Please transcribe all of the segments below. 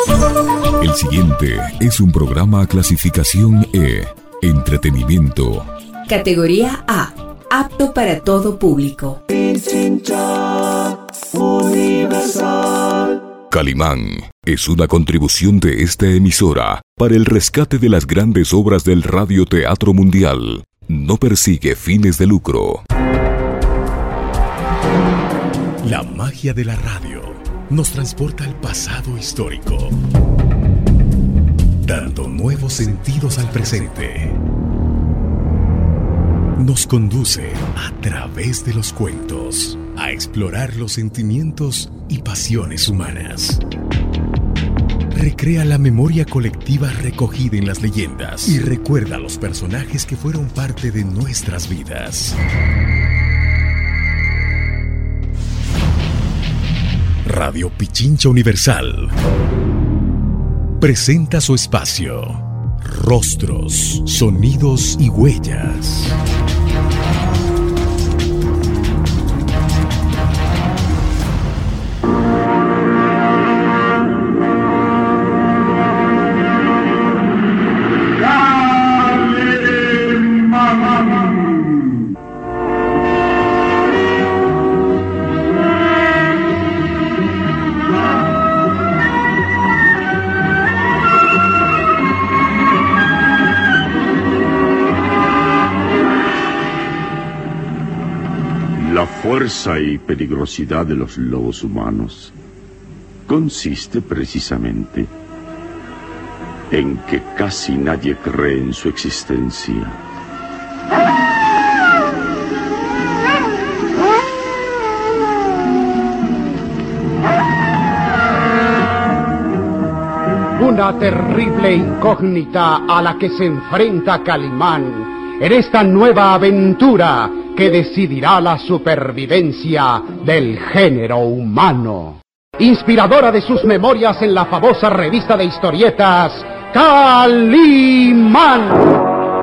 El siguiente es un programa clasificación E, entretenimiento. Categoría A, apto para todo público. Calimán es una contribución de esta emisora para el rescate de las grandes obras del radioteatro mundial. No persigue fines de lucro. La magia de la radio nos transporta al pasado histórico, dando nuevos sentidos al presente. Nos conduce a través de los cuentos a explorar los sentimientos y pasiones humanas. Recrea la memoria colectiva recogida en las leyendas y recuerda a los personajes que fueron parte de nuestras vidas. Radio Pichincha Universal presenta su espacio Rostros, Sonidos y Huellas. La fuerza y peligrosidad de los lobos humanos consiste precisamente en que casi nadie cree en su existencia. Una terrible incógnita a la que se enfrenta Calimán en esta nueva aventura que decidirá la supervivencia del género humano. Inspiradora de sus memorias en la famosa revista de historietas Calimán.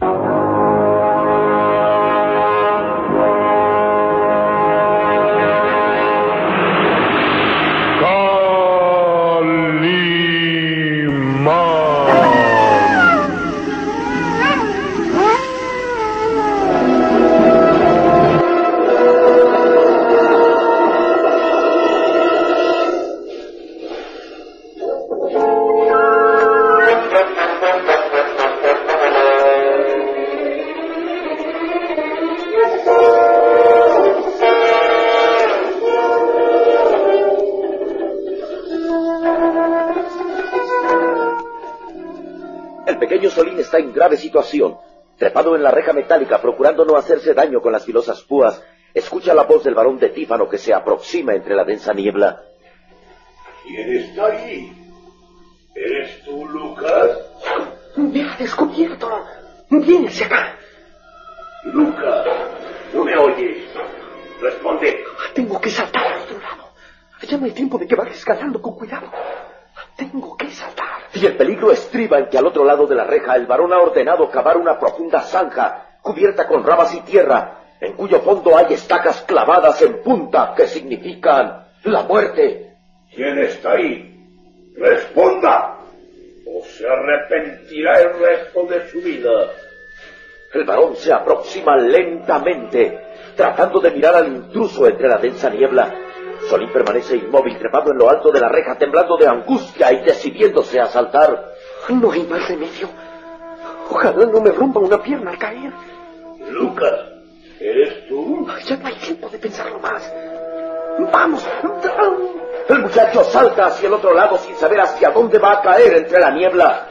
Solín está en grave situación. Trepado en la reja metálica, procurando no hacerse daño con las filosas púas, escucha la voz del varón de Tífano que se aproxima entre la densa niebla. ¿Quién está ahí? ¿Eres tú, Lucas? Me ha descubierto. Viene hacia acá. Lucas, no me oyes. Responde. Tengo que saltar al otro lado. Ya no hay tiempo de que bajes escalando con cuidado. Tengo que saltar. Y el peligro estriba en que al otro lado de la reja el varón ha ordenado cavar una profunda zanja, cubierta con ramas y tierra, en cuyo fondo hay estacas clavadas en punta que significan la muerte. ¿Quién está ahí? ¡Responda! O se arrepentirá el resto de su vida. El varón se aproxima lentamente, tratando de mirar al intruso entre la densa niebla. Solín permanece inmóvil, trepado en lo alto de la reja, temblando de angustia y decidiéndose a saltar. No hay más remedio. Ojalá no me rompa una pierna al caer. Lucas, ¿eres tú? Ya no hay tiempo de pensarlo más. ¡Vamos! El muchacho salta hacia el otro lado sin saber hacia dónde va a caer entre la niebla.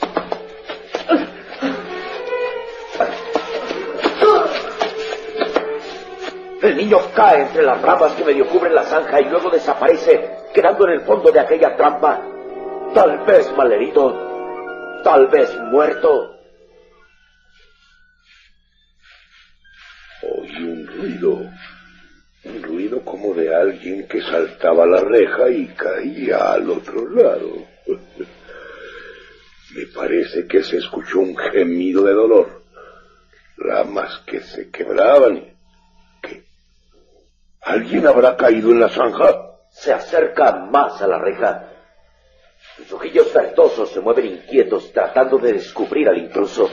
El niño cae entre las ramas que medio cubren la zanja y luego desaparece, quedando en el fondo de aquella trampa. Tal vez malherido, tal vez muerto. Oí un ruido como de alguien que saltaba la reja y caía al otro lado. Me parece que se escuchó un gemido de dolor, ramas que se quebraban. ¿Qué? ¿Alguien habrá caído en la zanja? Se acerca más a la reja. Sus ojillos verdosos se mueven inquietos tratando de descubrir al intruso.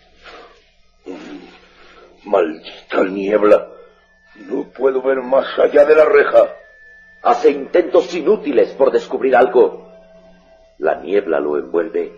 Maldita niebla. No puedo ver más allá de la reja. Hace intentos inútiles por descubrir algo. La niebla lo envuelve.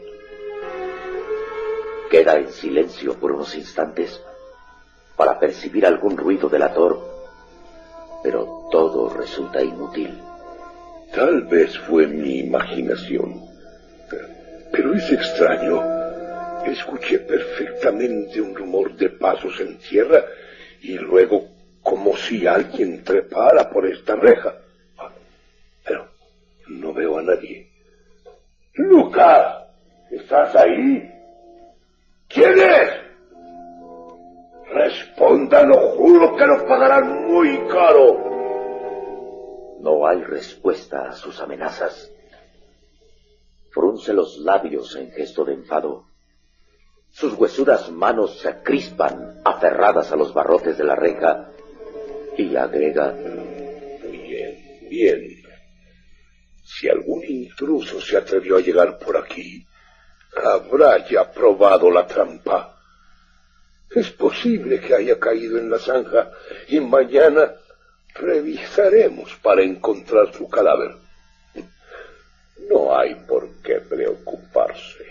Queda en silencio por unos instantes para percibir algún ruido delator, pero todo resulta inútil. Tal vez fue mi imaginación, pero es extraño. Escuché perfectamente un rumor de pasos en tierra y luego como si alguien trepara por esta reja. Pero no veo a nadie. ¡Lucas! ¿Estás ahí? ¿Quién es? Responda, lo juro que lo pagarán muy caro. No hay respuesta a sus amenazas. Frunce los labios en gesto de enfado. Sus huesudas manos se crispan, aferradas a los barrotes de la reja, y agrega: Bien, bien. Si algún intruso se atrevió a llegar por aquí, habrá ya probado la trampa. Es posible que haya caído en la zanja y mañana revisaremos para encontrar su cadáver. No hay por qué preocuparse.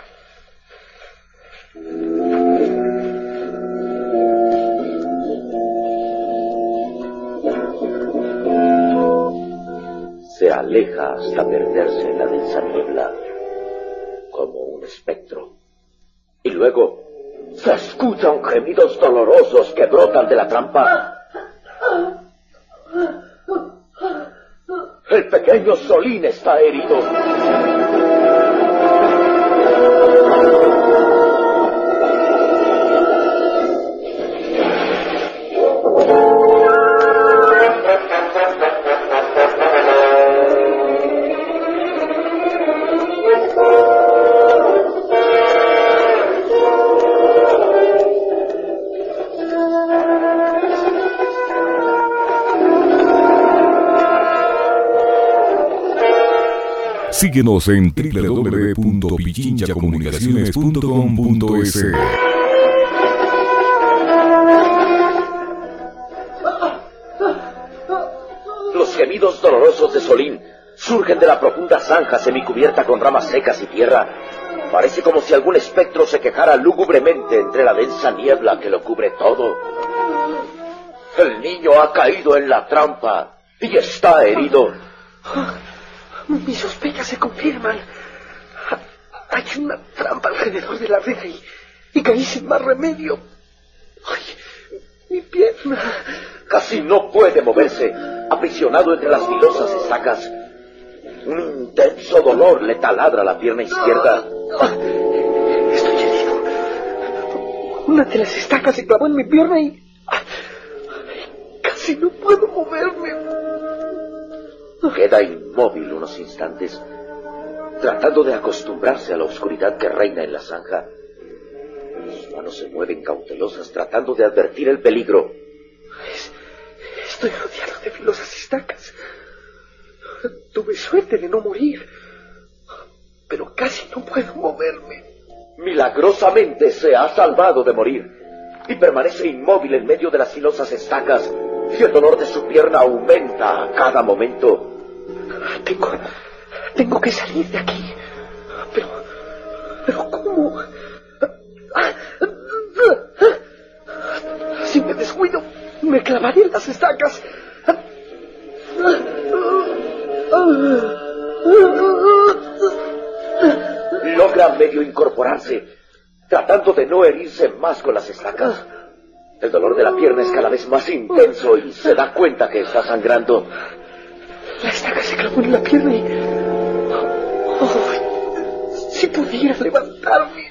Se aleja hasta perderse en la densa niebla, como un espectro. Y luego se escuchan gemidos dolorosos que brotan de la trampa. El pequeño Solín está herido. Síguenos en www.pichinchacomunicaciones.com.es. Los gemidos dolorosos de Solín surgen de la profunda zanja semicubierta con ramas secas y tierra. Parece como si algún espectro se quejara lúgubremente entre la densa niebla que lo cubre todo. El niño ha caído en la trampa y está herido. Mis sospechas se confirman. Hay una trampa alrededor de la reja y caí sin más remedio. ¡Ay! Mi pierna. Casi no puede moverse, aprisionado entre las filosas estacas. Un intenso dolor le taladra la pierna izquierda. Estoy herido. Una de las estacas se clavó en mi pierna y casi no puedo moverme. Queda inmóvil unos instantes, tratando de acostumbrarse a la oscuridad que reina en la zanja. Sus manos se mueven cautelosas, tratando de advertir el peligro. Estoy rodeado de filosas estacas. Tuve suerte de no morir, pero casi no puedo moverme. Milagrosamente se ha salvado de morir y permanece inmóvil en medio de las filosas estacas, y el dolor de su pierna aumenta a cada momento. Tengo que salir de aquí. Pero ¿cómo? Si me descuido, me clavaré en las estacas. Logra medio incorporarse, tratando de no herirse más con las estacas. El dolor de la pierna es cada vez más intenso y se da cuenta que está sangrando. La estaca se clavó en la pierna y... si pudiera levantarme.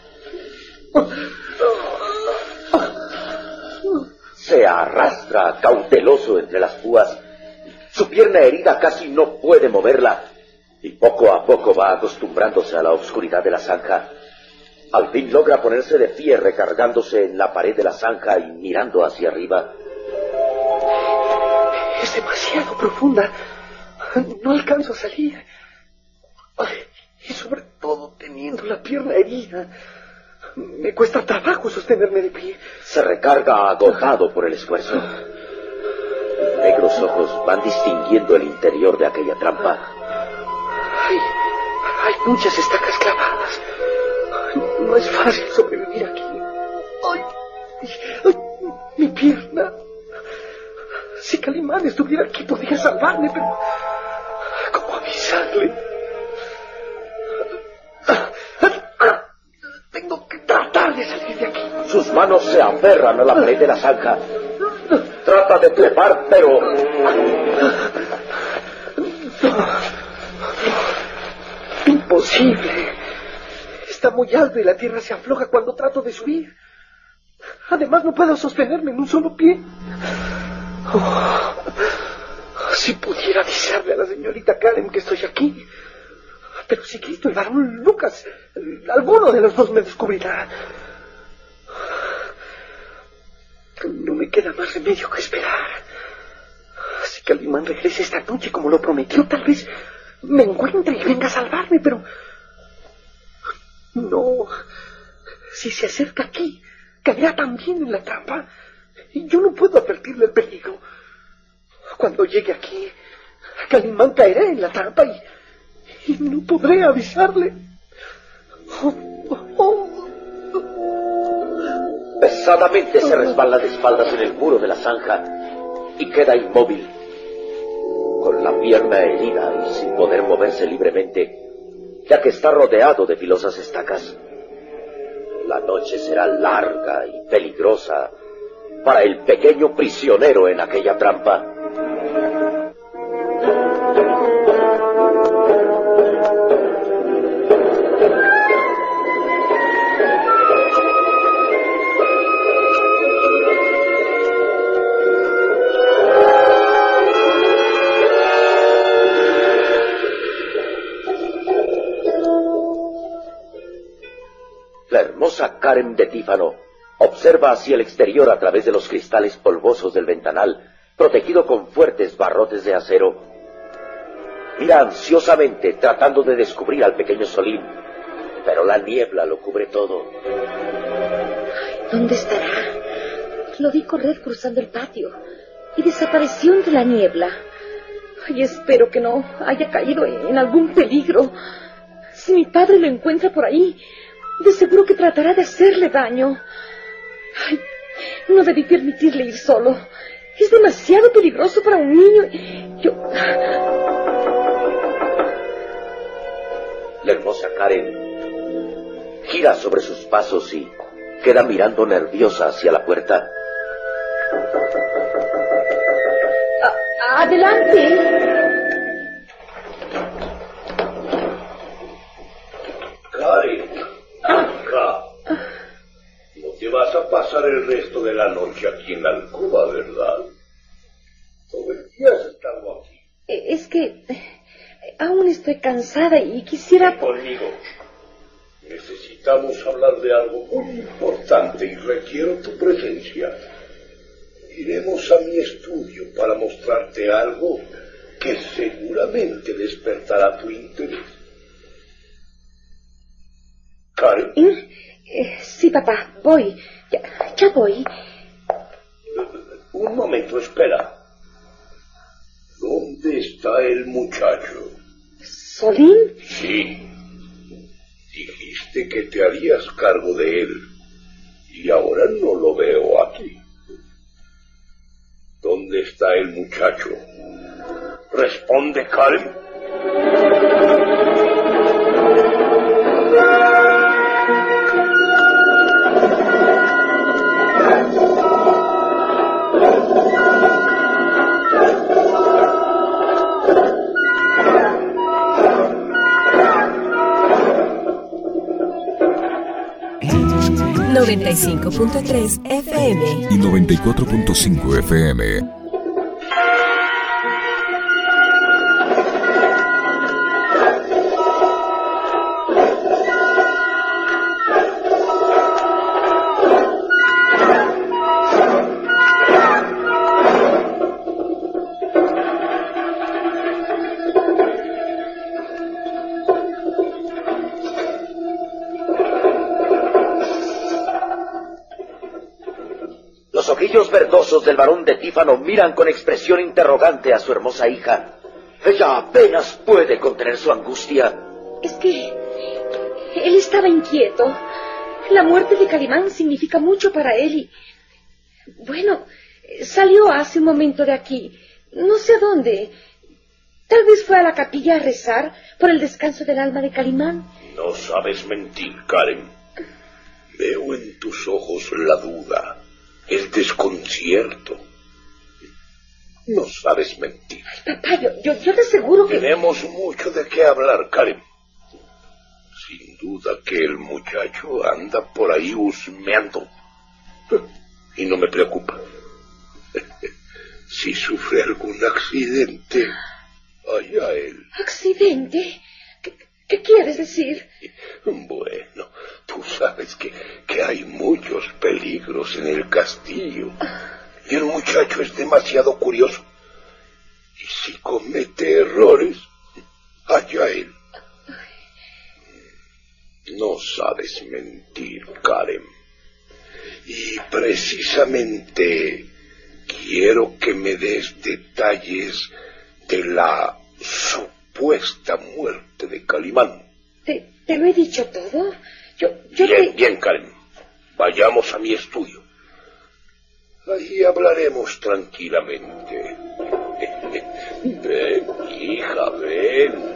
Se arrastra cauteloso entre las púas. Su pierna herida casi no puede moverla y poco a poco va acostumbrándose a la oscuridad de la zanja. Al fin logra ponerse de pie recargándose en la pared de la zanja y mirando hacia arriba. Es demasiado profunda. No alcanzo a salir. Ay, pierna herida. Me cuesta trabajo sostenerme de pie. Se recarga agotado por el esfuerzo. Negros ojos van distinguiendo el interior de aquella trampa. Hay muchas estacas clavadas. No es fácil sobrevivir aquí. Ay, mi pierna. Si Calimán estuviera aquí podría salvarme, pero ¿cómo avisarle? Tengo que tratar de salir de aquí. Sus manos se aferran a la pared de la zanja. Trata de trepar, pero... Imposible. Está muy alto y la tierra se afloja cuando trato de subir. Además, no puedo sostenerme en un solo pie. Si pudiera avisarle a la señorita Karen que estoy aquí. Pero si Cristo, el varón Lucas, alguno de los dos me descubrirá. No me queda más remedio que esperar. Si Calimán regrese esta noche como lo prometió, tal vez me encuentre y venga a salvarme, pero... No. Si se acerca aquí, caerá también en la trampa. Y yo no puedo advertirle el peligro. Cuando llegue aquí, Calimán caerá en la trampa y no podré avisarle. Pesadamente se resbala de espaldas en el muro de la zanja y queda inmóvil, con la pierna herida y sin poder moverse libremente, ya que está rodeado de filosas estacas. La noche será larga y peligrosa para el pequeño prisionero en aquella trampa. La hermosa Karen de Tífano observa hacia el exterior a través de los cristales polvosos del ventanal, protegido con fuertes barrotes de acero. Mira ansiosamente, tratando de descubrir al pequeño Solín, pero la niebla lo cubre todo. ¿Dónde estará? Lo vi correr cruzando el patio y desapareció entre la niebla. Ay, espero que no haya caído en algún peligro. Si mi padre lo encuentra por ahí, de seguro que tratará de hacerle daño. Ay, no debí permitirle ir solo. Es demasiado peligroso para un niño. La hermosa Karen gira sobre sus pasos y queda mirando nerviosa hacia la puerta. ¡Adelante! Karen, acá. No te vas a pasar el resto de la noche aquí en la alcoba, ¿verdad? Todo el día has estado aquí. Es que aún estoy cansada y quisiera... Ven conmigo. Necesitamos hablar de algo muy importante y requiero tu presencia. Iremos a mi estudio para mostrarte algo que seguramente despertará tu interés. ¿Karen? Sí, papá, voy. Ya voy. Un momento, espera. ¿Dónde está el muchacho? ¿Solín? Sí. Dijiste que te harías cargo de él. Y ahora no lo veo aquí. ¿Dónde está el muchacho? Responde, Karen. ...95.3 FM... y 94.5 FM. ojillos verdosos del barón de Tífano miran con expresión interrogante a su hermosa hija. Ella apenas puede contener su angustia. Es que él estaba inquieto. La muerte de Calimán significa mucho para él y... Bueno, salió hace un momento de aquí. No sé a dónde. Tal vez fue a la capilla a rezar por el descanso del alma de Calimán. No sabes mentir, Karen. Veo en tus ojos la duda, el desconcierto. No sabes mentir. Ay, papá, yo te aseguro que... Tenemos mucho de qué hablar, Karen. Sin duda que el muchacho anda por ahí husmeando. Y no me preocupa. Si sufre algún accidente, allá él. ¿Accidente? ¿Qué quieres decir? Bueno, tú sabes que hay muchos peligros en el castillo. Y el muchacho es demasiado curioso. Y si comete errores, allá él. No sabes mentir, Karen. Y precisamente quiero que me des detalles de la supuesta muerte de Calimán. ¿Te lo he dicho todo? Bien, Karen. Vayamos a mi estudio. Ahí hablaremos tranquilamente. Ven, hija, ven.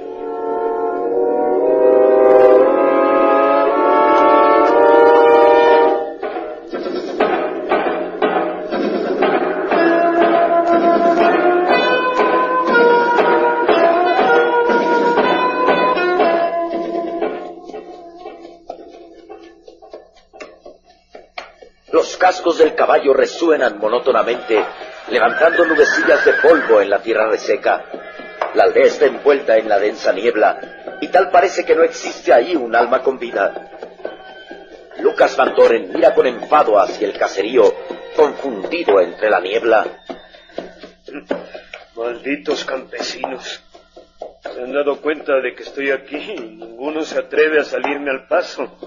Los cascos del caballo resuenan monótonamente, levantando nubecillas de polvo en la tierra reseca. La aldea está envuelta en la densa niebla, y tal parece que no existe ahí un alma con vida. Lucas Van Doren mira con enfado hacia el caserío, confundido entre la niebla. Malditos campesinos. Se han dado cuenta de que estoy aquí y ninguno se atreve a salirme al paso.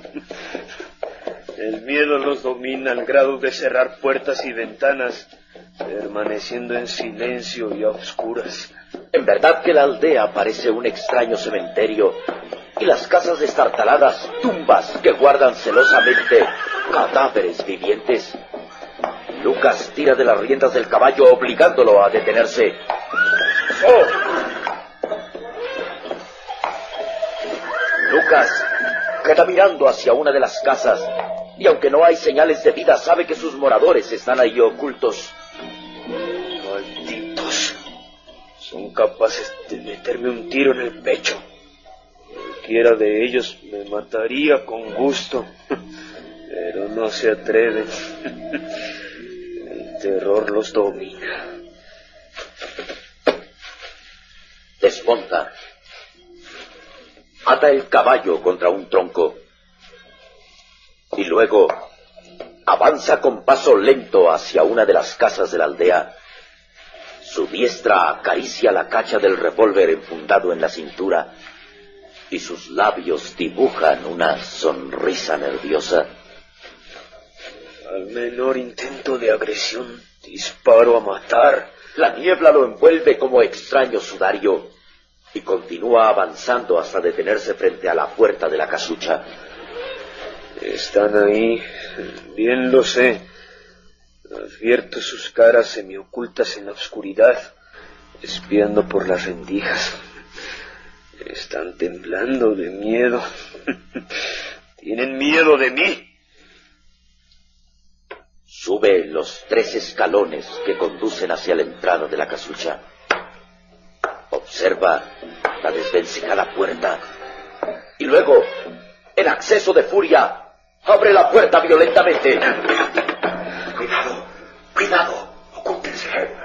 El miedo los domina al grado de cerrar puertas y ventanas, permaneciendo en silencio y a oscuras. En verdad que la aldea parece un extraño cementerio, y las casas destartaladas, tumbas que guardan celosamente cadáveres vivientes. Lucas tira de las riendas del caballo, obligándolo a detenerse. ¡Oh! Lucas queda mirando hacia una de las casas, y aunque no hay señales de vida, sabe que sus moradores están ahí ocultos. Malditos. Son capaces de meterme un tiro en el pecho. Cualquiera de ellos me mataría con gusto, pero no se atreven. El terror los domina. Desmonta. Ata el caballo contra un tronco. Y luego avanza con paso lento hacia una de las casas de la aldea. Su diestra acaricia la cacha del revólver enfundado en la cintura, y sus labios dibujan una sonrisa nerviosa. Al menor intento de agresión, disparo a matar. La niebla lo envuelve como extraño sudario, y continúa avanzando hasta detenerse frente a la puerta de la casucha. Están ahí, bien lo sé. Advierto sus caras semiocultas en la oscuridad, espiando por las rendijas. Están temblando de miedo. Tienen miedo de mí. Sube los 3 escalones que conducen hacia la entrada de la casucha. Observa la desvencijada puerta. Y luego, en acceso de furia, abre la puerta violentamente. Cuidado, ocúltense.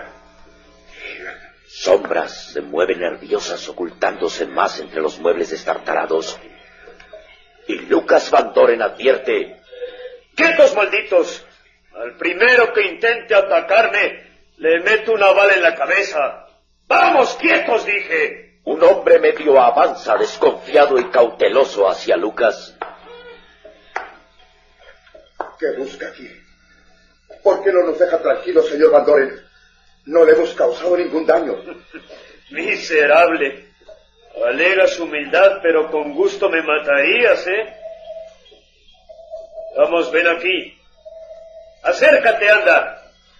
Sombras se mueven nerviosas, ocultándose más entre los muebles destartalados. Y Lucas Van Doren advierte: ¡Quietos, malditos! Al primero que intente atacarme, le meto una bala en la cabeza. ¡Vamos, quietos, dije! Un hombre medio avanza, desconfiado y cauteloso, hacia Lucas. ¿Qué busca aquí? ¿Por qué no nos deja tranquilos, señor Van Doren? No le hemos causado ningún daño. Miserable. Alegas humildad, pero con gusto me matarías, ¿eh? Vamos, ven aquí. Acércate, anda.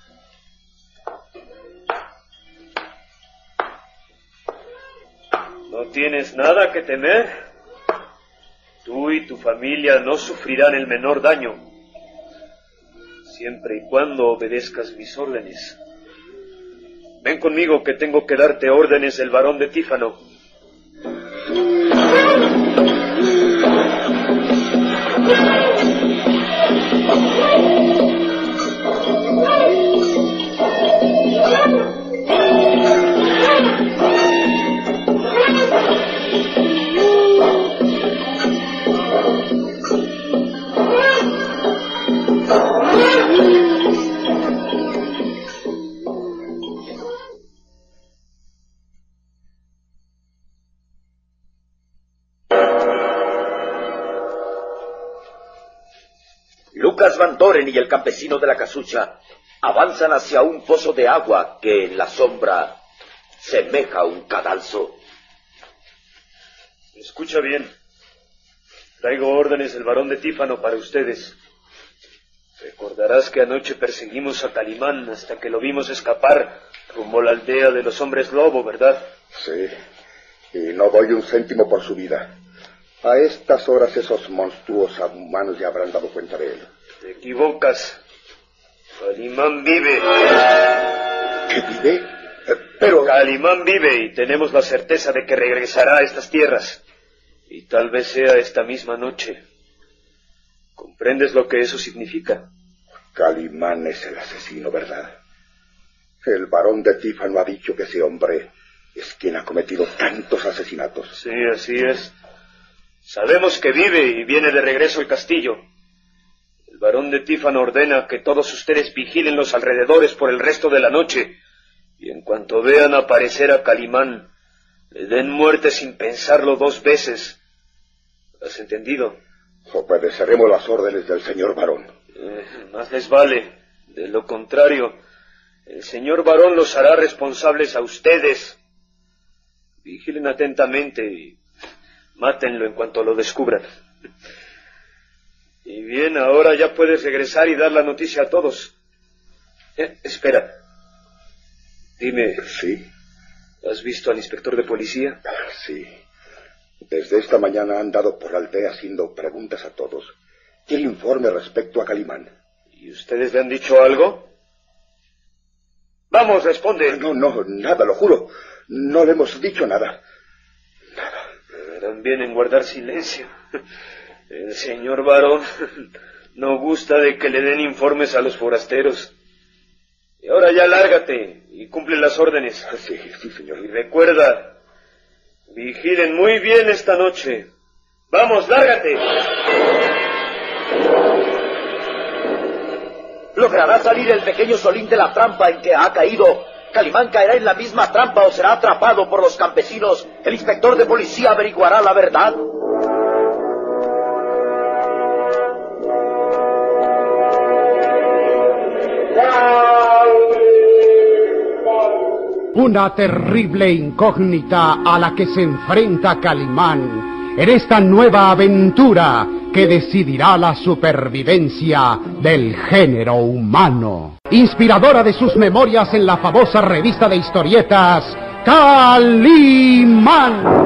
¿No tienes nada que temer? Tú y tu familia no sufrirán el menor daño, siempre y cuando obedezcas mis órdenes. Ven conmigo que tengo que darte órdenes del barón de Tífano. Lucas Van Doren y el campesino de la casucha avanzan hacia un pozo de agua que en la sombra semeja un cadalso. Escucha bien. Traigo órdenes del barón de Tífano para ustedes. Recordarás que anoche perseguimos a Calimán hasta que lo vimos escapar rumbo a la aldea de los hombres lobo, ¿verdad? Sí, y no doy un céntimo por su vida. A estas horas esos monstruos humanos ya habrán dado cuenta de él. Te equivocas. Calimán vive. ¿Qué vive? Pero... Calimán vive y tenemos la certeza de que regresará a estas tierras. Y tal vez sea esta misma noche. ¿Comprendes lo que eso significa? Calimán es el asesino, ¿verdad? El barón de Tífano ha dicho que ese hombre es quien ha cometido tantos asesinatos. Sí, así es. Sabemos que vive y viene de regreso al castillo. El barón de Tífano ordena que todos ustedes vigilen los alrededores por el resto de la noche, y en cuanto vean aparecer a Calimán, le den muerte sin pensarlo 2 veces. ¿Has entendido? Obedeceremos las órdenes del señor barón. Más les vale. De lo contrario, el señor barón los hará responsables a ustedes. Vigilen atentamente y mátenlo en cuanto lo descubran. Y bien, ahora ya puedes regresar y dar la noticia a todos. Espera. Dime. Sí. ¿Has visto al inspector de policía? Sí. Desde esta mañana han andado por la aldea haciendo preguntas a todos. Quiere informe respecto a Calimán. ¿Y ustedes le han dicho algo? Vamos, responde. No, nada, lo juro. No le hemos dicho nada. Harán bien en guardar silencio. El señor barón no gusta de que le den informes a los forasteros. Y ahora ya lárgate y cumple las órdenes. Sí, señor. Y recuerda, vigilen muy bien esta noche. Vamos, lárgate. ¿Logrará salir el pequeño Solín de la trampa en que ha caído? ¿Calimán caerá en la misma trampa o será atrapado por los campesinos? ¿El inspector de policía averiguará la verdad? Una terrible incógnita a la que se enfrenta Calimán en esta nueva aventura que decidirá la supervivencia del género humano. Inspiradora de sus memorias en la famosa revista de historietas Calimán.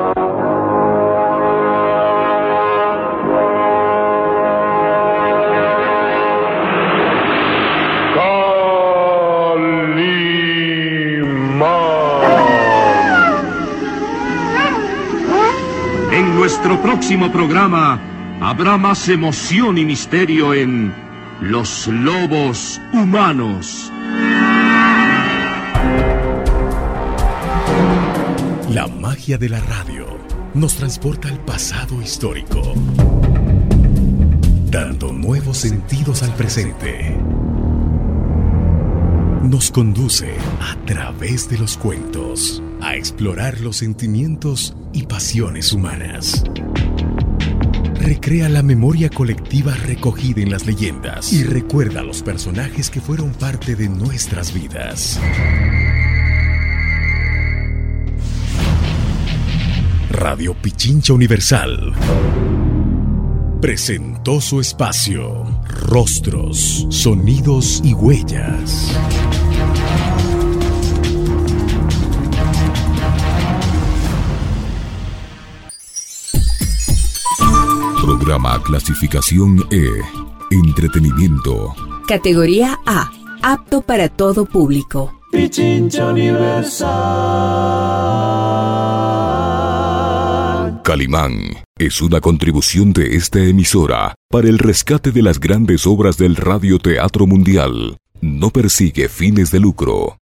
En nuestro próximo programa habrá más emoción y misterio en Los Lobos Humanos. La magia de la radio nos transporta al pasado histórico, dando nuevos sentidos al presente. Nos conduce a través de los cuentos a explorar los sentimientos y pasiones humanas. Recrea la memoria colectiva recogida en las leyendas y recuerda a los personajes que fueron parte de nuestras vidas. Radio Pichincha Universal presentó su espacio Rostros, Sonidos y Huellas. Programa clasificación E. Entretenimiento. Categoría A. Apto para todo público. Pichincha Universal. Calimán es una contribución de esta emisora para el rescate de las grandes obras del radioteatro mundial. No persigue fines de lucro.